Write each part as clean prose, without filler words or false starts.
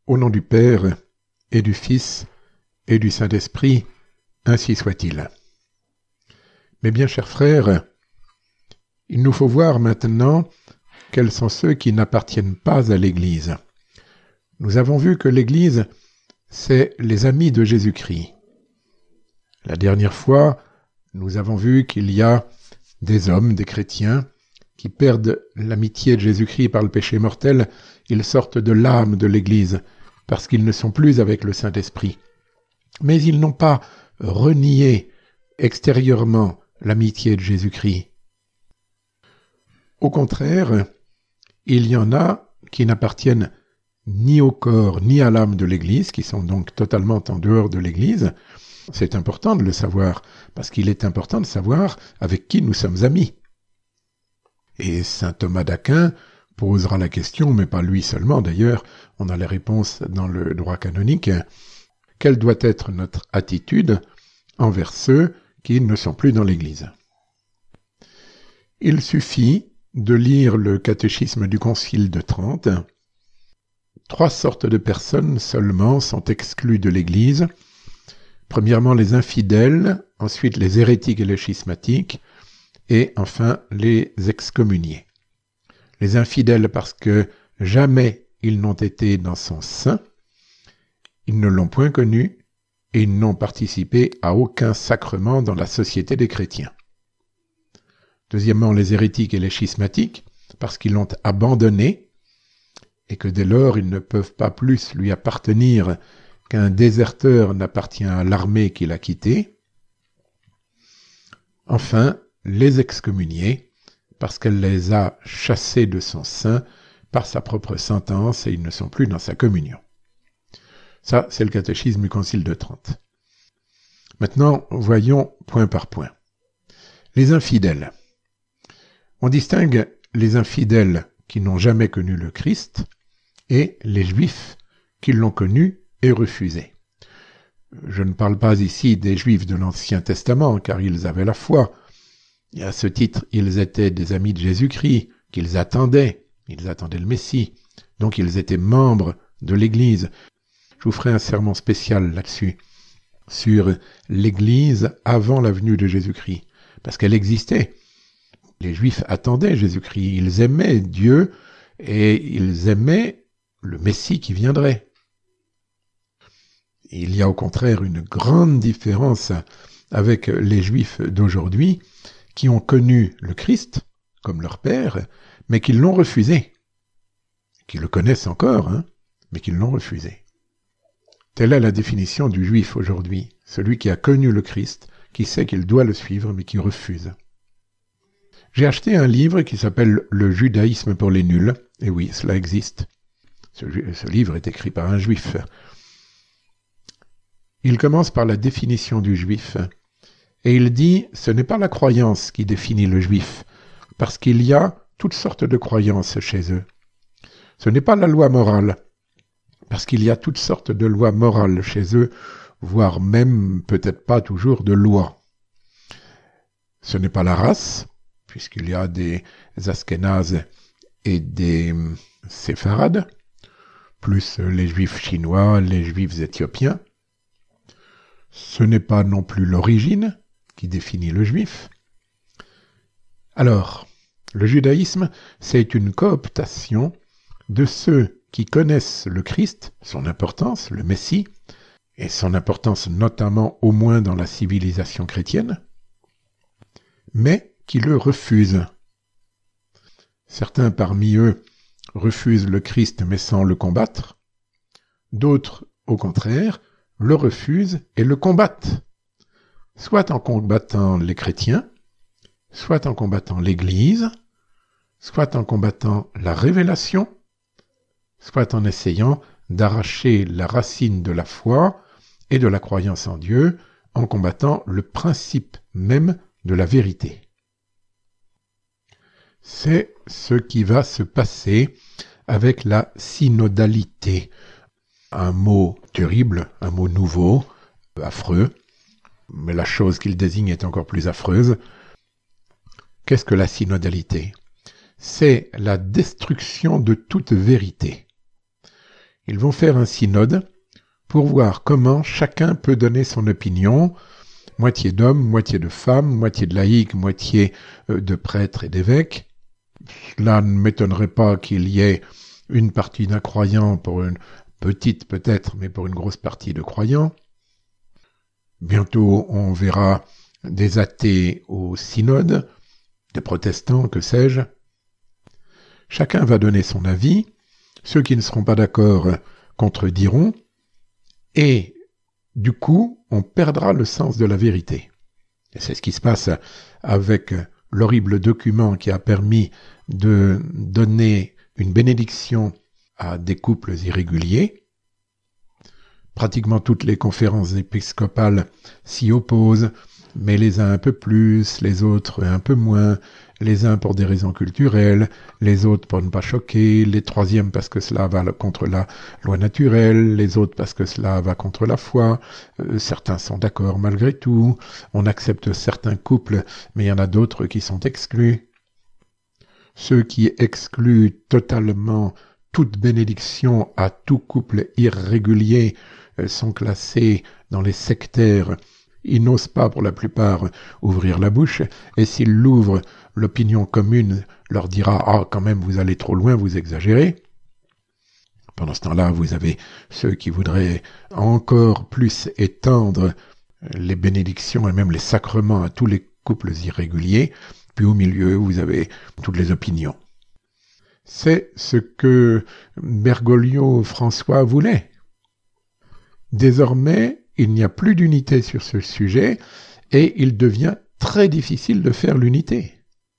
Au nom du Père, et du Fils, et du Saint-Esprit, ainsi soit-il. Mes bien chers frères, il nous faut voir maintenant quels sont ceux qui n'appartiennent pas à l'Église. Nous avons vu que l'Église, c'est les amis de Jésus-Christ. La dernière fois, nous avons vu qu'il y a des hommes, des chrétiens, qui perdent l'amitié de Jésus-Christ par le péché mortel. Ils sortent de l'âme de l'Église parce qu'ils ne sont plus avec le Saint-Esprit. Mais ils n'ont pas renié extérieurement l'amitié de Jésus-Christ. Au contraire, il y en a qui n'appartiennent ni au corps ni à l'âme de l'Église, qui sont donc totalement en dehors de l'Église. C'est important de le savoir, parce qu'il est important de savoir avec qui nous sommes amis. Et saint Thomas d'Aquin posera la question, mais pas lui seulement d'ailleurs, on a les réponses dans le droit canonique. Quelle doit être notre attitude envers ceux qui ne sont plus dans l'Église? Il suffit de lire le catéchisme du Concile de Trente. 3 sortes de personnes seulement sont exclues de l'Église. Premièrement, les infidèles, ensuite les hérétiques et les schismatiques, et enfin les excommuniés. Les infidèles parce que jamais ils n'ont été dans son sein, ils ne l'ont point connu, et ils n'ont participé à aucun sacrement dans la société des chrétiens. Deuxièmement, les hérétiques et les schismatiques, parce qu'ils l'ont abandonné, et que dès lors ils ne peuvent pas plus lui appartenir qu'un déserteur n'appartient à l'armée qu'il a quittée. Enfin, les excommuniés, parce qu'elle les a chassés de son sein par sa propre sentence et ils ne sont plus dans sa communion. Ça, c'est le catéchisme du Concile de Trente. Maintenant, voyons point par point. Les infidèles. On distingue les infidèles qui n'ont jamais connu le Christ et les Juifs qui l'ont connu et refusé. Je ne parle pas ici des Juifs de l'Ancien Testament, car ils avaient la foi. Et à ce titre, ils étaient des amis de Jésus-Christ, qu'ils attendaient. Ils attendaient le Messie. Donc ils étaient membres de l'Église. Je vous ferai un sermon spécial là-dessus, sur l'Église avant la venue de Jésus-Christ, parce qu'elle existait. Les Juifs attendaient Jésus-Christ, ils aimaient Dieu et ils aimaient le Messie qui viendrait. Il y a au contraire une grande différence avec les Juifs d'aujourd'hui qui ont connu le Christ comme leur Père, mais qui l'ont refusé, qui le connaissent encore, mais qui l'ont refusé. Telle est la définition du Juif aujourd'hui, celui qui a connu le Christ, qui sait qu'il doit le suivre, mais qui refuse. J'ai acheté un livre qui s'appelle « Le judaïsme pour les nuls ». Et oui, cela existe. Ce livre est écrit par un juif. Il commence par la définition du juif. Et il dit « Ce n'est pas la croyance qui définit le juif, parce qu'il y a toutes sortes de croyances chez eux. Ce n'est pas la loi morale, parce qu'il y a toutes sortes de lois morales chez eux, voire même peut-être pas toujours de lois. Ce n'est pas la race, puisqu'il y a des Askénazes et des Séfarades, plus les Juifs chinois, les Juifs éthiopiens. Ce n'est pas non plus l'origine qui définit le Juif. Alors, le judaïsme, c'est une cooptation de ceux qui connaissent le Christ, son importance, le Messie, et son importance notamment au moins dans la civilisation chrétienne, mais qui le refusent. Certains parmi eux refusent le Christ mais sans le combattre, d'autres, au contraire, le refusent et le combattent, soit en combattant les chrétiens, soit en combattant l'Église, soit en combattant la révélation, soit en essayant d'arracher la racine de la foi et de la croyance en Dieu en combattant le principe même de la vérité. C'est ce qui va se passer avec la synodalité. Un mot terrible, un mot nouveau, affreux, mais la chose qu'il désigne est encore plus affreuse. Qu'est-ce que la synodalité ? C'est la destruction de toute vérité. Ils vont faire un synode pour voir comment chacun peut donner son opinion, moitié d'hommes, moitié de femmes, moitié de laïcs, moitié de prêtres et d'évêques. Cela ne m'étonnerait pas qu'il y ait une partie d'incroyants pour une petite peut-être, mais pour une grosse partie de croyants. Bientôt, on verra des athées au synode, des protestants, que sais-je. Chacun va donner son avis. Ceux qui ne seront pas d'accord contrediront. Et du coup, on perdra le sens de la vérité. Et c'est ce qui se passe avec l'horrible document qui a permis de donner une bénédiction à des couples irréguliers. Pratiquement toutes les conférences épiscopales s'y opposent, mais les uns un peu plus, les autres un peu moins, les uns pour des raisons culturelles, les autres pour ne pas choquer, les troisièmes parce que cela va contre la loi naturelle, les autres parce que cela va contre la foi. Certains sont d'accord malgré tout, on accepte certains couples, mais il y en a d'autres qui sont exclus. Ceux qui excluent totalement toute bénédiction à tout couple irrégulier sont classés dans les sectaires. Ils n'osent pas, pour la plupart, ouvrir la bouche, et s'ils l'ouvrent, l'opinion commune leur dira « Ah, quand même, vous allez trop loin, vous exagérez ». Pendant ce temps-là, vous avez ceux qui voudraient encore plus étendre les bénédictions et même les sacrements à tous les couples irréguliers, puis au milieu, vous avez toutes les opinions. C'est ce que Bergoglio François voulait. Désormais, il n'y a plus d'unité sur ce sujet et il devient très difficile de faire l'unité.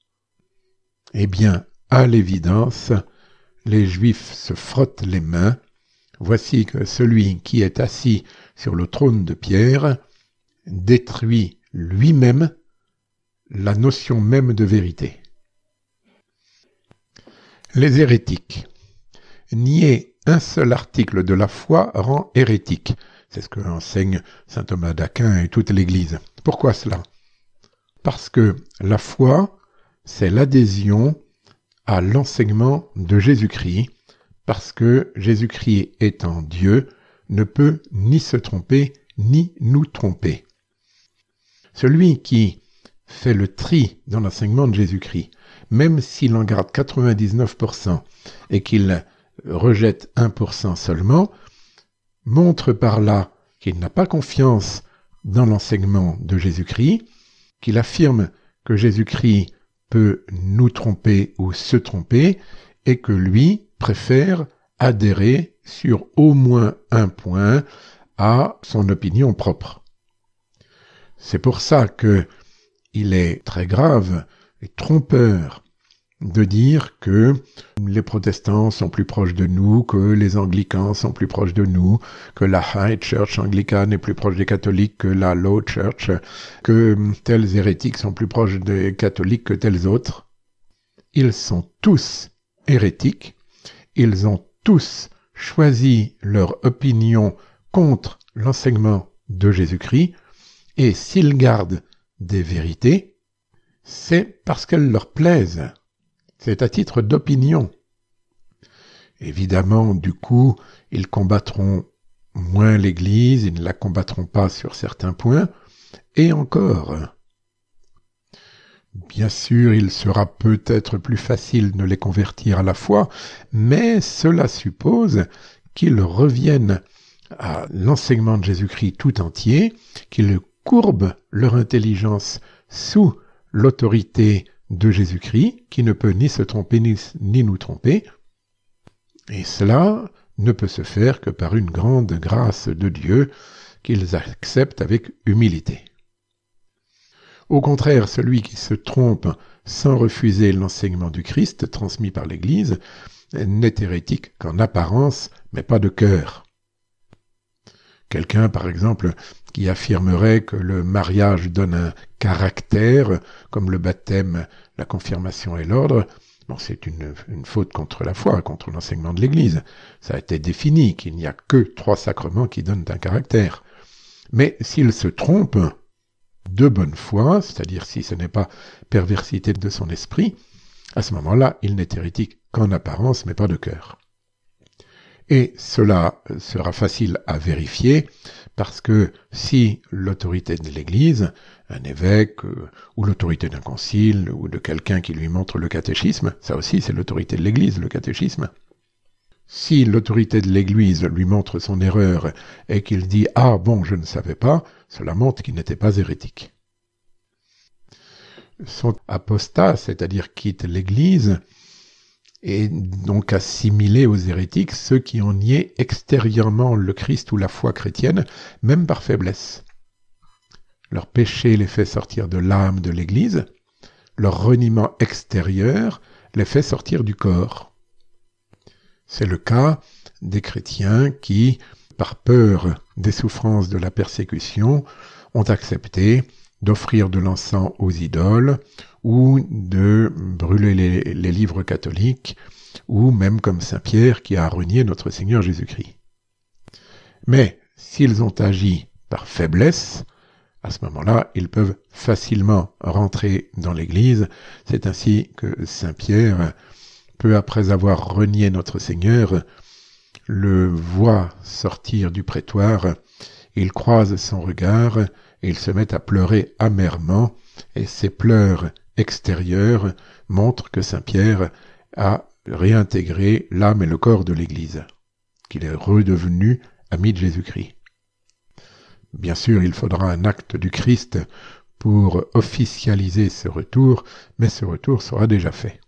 Eh bien, à l'évidence, les Juifs se frottent les mains. Voici que celui qui est assis sur le trône de pierre détruit lui-même la notion même de vérité. Les hérétiques. Nier un seul article de la foi rend hérétique. C'est ce que enseigne saint Thomas d'Aquin et toute l'Église. Pourquoi cela ? Parce que la foi, c'est l'adhésion à l'enseignement de Jésus-Christ, parce que Jésus-Christ étant Dieu, ne peut ni se tromper, ni nous tromper. Celui qui fait le tri dans l'enseignement de Jésus-Christ, même s'il en garde 99% et qu'il rejette 1% seulement, montre par là qu'il n'a pas confiance dans l'enseignement de Jésus-Christ, qu'il affirme que Jésus-Christ peut nous tromper ou se tromper, et que lui préfère adhérer sur au moins un point à son opinion propre. C'est pour ça que il est très grave et trompeur de dire que les protestants sont plus proches de nous, que les anglicans sont plus proches de nous, que la High Church anglicane est plus proche des catholiques que la Low Church, que tels hérétiques sont plus proches des catholiques que tels autres. Ils sont tous hérétiques, ils ont tous choisi leur opinion contre l'enseignement de Jésus-Christ, et s'ils gardent des vérités, c'est parce qu'elles leur plaisent. C'est à titre d'opinion. Évidemment, du coup, ils combattront moins l'Église, ils ne la combattront pas sur certains points, et encore. Bien sûr, il sera peut-être plus facile de les convertir à la foi, mais cela suppose qu'ils reviennent à l'enseignement de Jésus-Christ tout entier, qu'ils courbent leur intelligence sous l'autorité de Jésus-Christ, qui ne peut ni se tromper ni nous tromper, et cela ne peut se faire que par une grande grâce de Dieu qu'ils acceptent avec humilité. Au contraire, celui qui se trompe sans refuser l'enseignement du Christ transmis par l'Église n'est hérétique qu'en apparence, mais pas de cœur. Quelqu'un, par exemple, qui affirmerait que le mariage donne un caractère, comme le baptême, la confirmation et l'ordre, bon, c'est une faute contre la foi, contre l'enseignement de l'Église. Ça a été défini qu'il n'y a que 3 sacrements qui donnent un caractère. Mais s'il se trompe de bonne foi, c'est-à-dire si ce n'est pas perversité de son esprit, à ce moment-là, il n'est hérétique qu'en apparence, mais pas de cœur. Et cela sera facile à vérifier parce que si l'autorité de l'Église, un évêque ou l'autorité d'un concile ou de quelqu'un qui lui montre le catéchisme, ça aussi c'est l'autorité de l'Église, le catéchisme, si l'autorité de l'Église lui montre son erreur et qu'il dit « Ah bon, je ne savais pas », cela montre qu'il n'était pas hérétique. Sont apostats, c'est-à-dire quittent l'Église, et donc assimilés aux hérétiques ceux qui ont nié extérieurement le Christ ou la foi chrétienne, même par faiblesse. Leur péché les fait sortir de l'âme de l'Église, leur reniement extérieur les fait sortir du corps. C'est le cas des chrétiens qui, par peur des souffrances de la persécution, ont accepté d'offrir de l'encens aux idoles ou de brûler les livres catholiques, ou même comme Saint Pierre qui a renié notre Seigneur Jésus-Christ. Mais s'ils ont agi par faiblesse, à ce moment-là, ils peuvent facilement rentrer dans l'Église. C'est ainsi que Saint Pierre, peu après avoir renié notre Seigneur, le voit sortir du prétoire, il croise son regard et il se met à pleurer amèrement, et ses pleurs extérieurs montrent que Saint Pierre a réintégré l'âme et le corps de l'Église, qu'il est redevenu ami de Jésus-Christ. Bien sûr, il faudra un acte du Christ pour officialiser ce retour, mais ce retour sera déjà fait.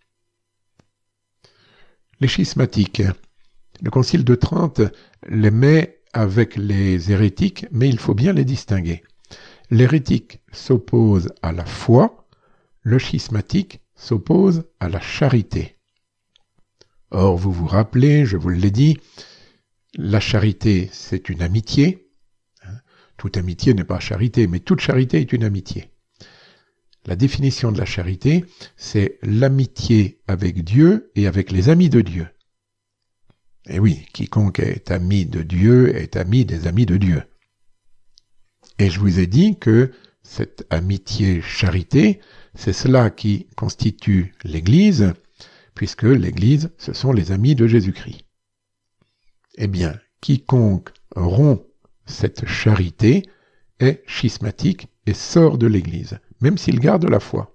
Les schismatiques. Le Concile de Trente les met avec les hérétiques, mais il faut bien les distinguer. L'hérétique s'oppose à la foi, le schismatique s'oppose à la charité. Or, vous vous rappelez, je vous l'ai dit, la charité, c'est une amitié. Toute amitié n'est pas charité, mais toute charité est une amitié. La définition de la charité, c'est l'amitié avec Dieu et avec les amis de Dieu. Et oui, quiconque est ami de Dieu est ami des amis de Dieu. Et je vous ai dit que cette amitié-charité, c'est cela qui constitue l'Église, puisque l'Église, ce sont les amis de Jésus-Christ. Eh bien, quiconque rompt cette charité est schismatique et sort de l'Église, même s'il garde la foi.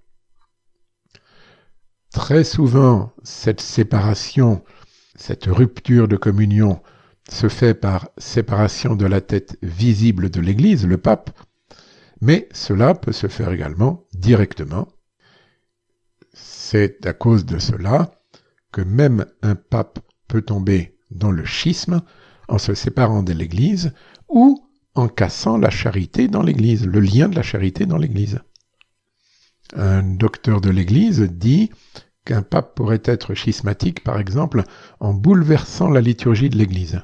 Très souvent, cette séparation, cette rupture de communion se fait par séparation de la tête visible de l'Église, le pape, mais cela peut se faire également directement. C'est à cause de cela que même un pape peut tomber dans le schisme en se séparant de l'Église ou en cassant la charité dans l'Église, le lien de la charité dans l'Église. Un docteur de l'Église dit qu'un pape pourrait être schismatique, par exemple, en bouleversant la liturgie de l'Église.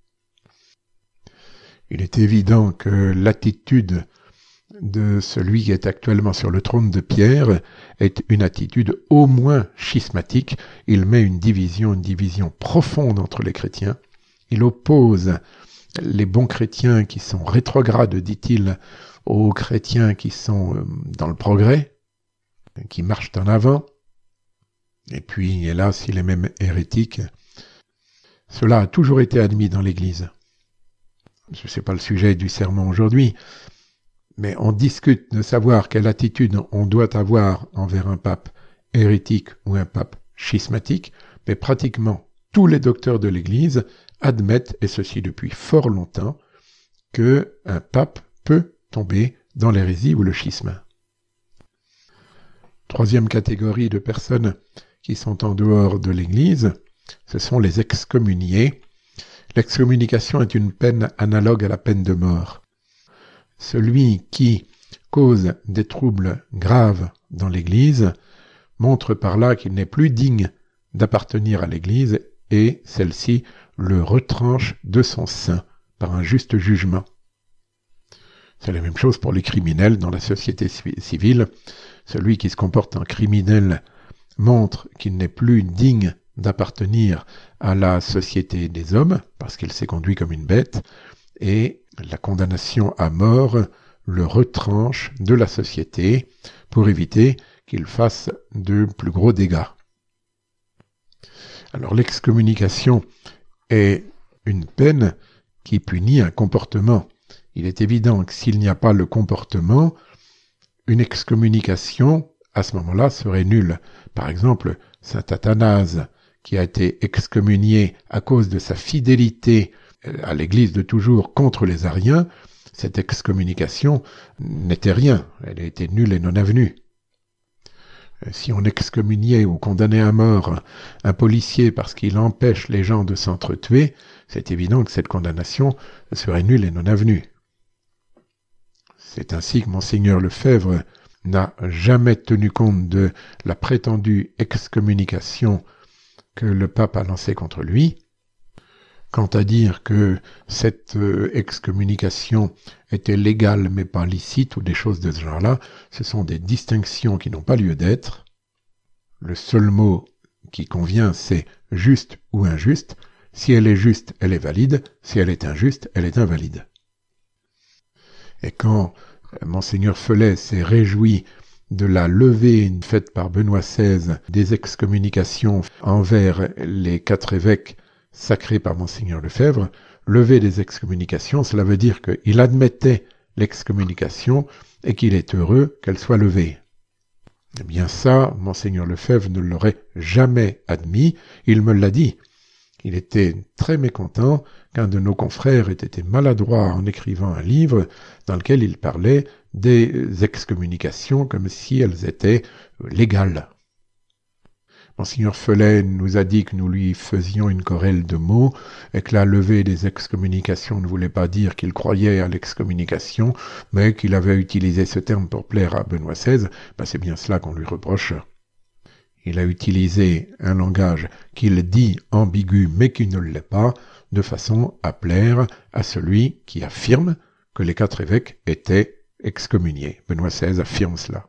Il est évident que l'attitude de celui qui est actuellement sur le trône de Pierre est une attitude au moins schismatique. Il met une division profonde entre les chrétiens. Il oppose les bons chrétiens qui sont rétrogrades, dit-il, aux chrétiens qui sont dans le progrès, qui marchent en avant. Et puis, hélas, il est même hérétique. Cela a toujours été admis dans l'Église. Ce n'est pas le sujet du sermon aujourd'hui, mais on discute de savoir quelle attitude on doit avoir envers un pape hérétique ou un pape schismatique, mais pratiquement tous les docteurs de l'Église admettent, et ceci depuis fort longtemps, qu'un pape peut tomber dans l'hérésie ou le schisme. Troisième catégorie de personnes qui sont en dehors de l'Église, ce sont les excommuniés. L'excommunication est une peine analogue à la peine de mort. Celui qui cause des troubles graves dans l'Église montre par là qu'il n'est plus digne d'appartenir à l'Église et celle-ci le retranche de son sein par un juste jugement. C'est la même chose pour les criminels dans la société civile. Celui qui se comporte en criminel montre qu'il n'est plus digne d'appartenir à la société des hommes, parce qu'il s'est conduit comme une bête, et la condamnation à mort le retranche de la société pour éviter qu'il fasse de plus gros dégâts. Alors l'excommunication est une peine qui punit un comportement. Il est évident que s'il n'y a pas le comportement, une excommunication, à ce moment-là, serait nulle. Par exemple, saint Athanase, qui a été excommunié à cause de sa fidélité à l'Église de toujours contre les Ariens, cette excommunication n'était rien, elle était nulle et non avenue. Si on excommuniait ou condamnait à mort un policier parce qu'il empêche les gens de s'entretuer, c'est évident que cette condamnation serait nulle et non avenue. C'est ainsi que Monseigneur Lefebvre n'a jamais tenu compte de la prétendue excommunication que le pape a lancée contre lui. Quant à dire que cette excommunication était légale mais pas licite ou des choses de ce genre-là, ce sont des distinctions qui n'ont pas lieu d'être. Le seul mot qui convient, c'est juste ou injuste. Si elle est juste, elle est valide. Si elle est injuste, elle est invalide. Et quand Monseigneur Felay s'est réjoui de la levée faite par Benoît XVI des excommunications envers les 4 évêques sacrés par Monseigneur Lefebvre, lever des excommunications, cela veut dire qu'il admettait l'excommunication et qu'il est heureux qu'elle soit levée. Eh bien ça, Monseigneur Lefebvre ne l'aurait jamais admis, il me l'a dit. Il était très mécontent qu'un de nos confrères ait été maladroit en écrivant un livre dans lequel il parlait des excommunications comme si elles étaient légales. Monseigneur Felay nous a dit que nous lui faisions une querelle de mots et que la levée des excommunications ne voulait pas dire qu'il croyait à l'excommunication, mais qu'il avait utilisé ce terme pour plaire à Benoît XVI. C'est bien cela qu'on lui reproche. Il a utilisé un langage qu'il dit ambigu mais qui ne l'est pas, de façon à plaire à celui qui affirme que les 4 évêques étaient excommuniés. Benoît XVI affirme cela.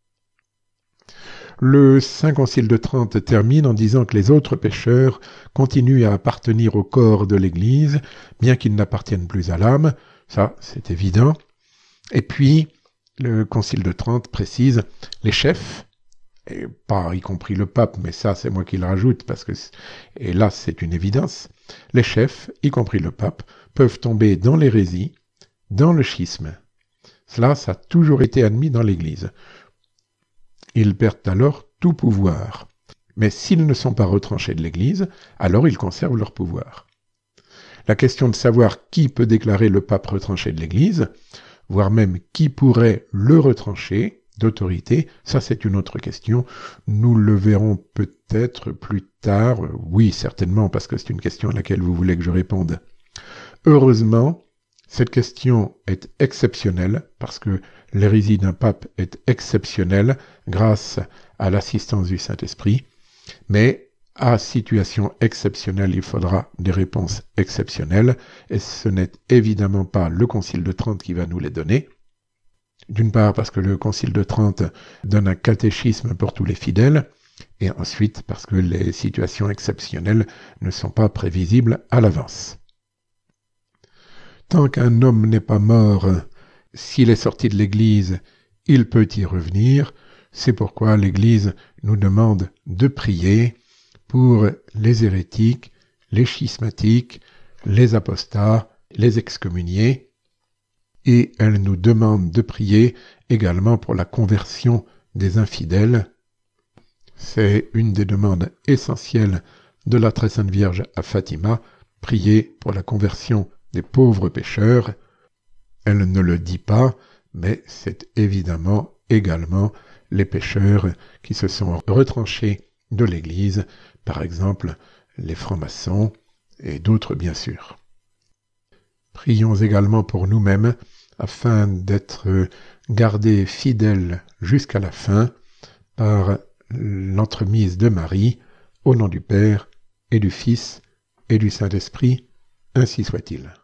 Le Saint Concile de Trente termine en disant que les autres pécheurs continuent à appartenir au corps de l'Église, bien qu'ils n'appartiennent plus à l'âme. Ça, c'est évident. Et puis, le Concile de Trente précise les chefs, et pas y compris le pape, mais ça c'est moi qui le rajoute, parce que, et là c'est une évidence, les chefs, y compris le pape, peuvent tomber dans l'hérésie, dans le schisme. Cela, ça a toujours été admis dans l'Église. Ils perdent alors tout pouvoir. Mais s'ils ne sont pas retranchés de l'Église, alors ils conservent leur pouvoir. La question de savoir qui peut déclarer le pape retranché de l'Église, voire même qui pourrait le retrancher d'autorité, ça c'est une autre question. Nous le verrons peut-être plus tard. Oui, certainement, parce que c'est une question à laquelle vous voulez que je réponde. Heureusement, cette question est exceptionnelle, parce que l'hérésie d'un pape est exceptionnelle grâce à l'assistance du Saint-Esprit, mais à situation exceptionnelle, il faudra des réponses exceptionnelles, et ce n'est évidemment pas le Concile de Trente qui va nous les donner. D'une part parce que le Concile de Trente donne un catéchisme pour tous les fidèles, et ensuite parce que les situations exceptionnelles ne sont pas prévisibles à l'avance. Tant qu'un homme n'est pas mort, s'il est sorti de l'Église, il peut y revenir. C'est pourquoi l'Église nous demande de prier pour les hérétiques, les schismatiques, les apostats, les excommuniés. Et elle nous demande de prier également pour la conversion des infidèles. C'est une des demandes essentielles de la Très Sainte Vierge à Fatima, prier pour la conversion des pauvres pécheurs. Elle ne le dit pas, mais c'est évidemment également les pécheurs qui se sont retranchés de l'Église, par exemple les francs-maçons et d'autres bien sûr. Prions également pour nous-mêmes, afin d'être gardés fidèles jusqu'à la fin par l'entremise de Marie, au nom du Père et du Fils et du Saint-Esprit, ainsi soit-il.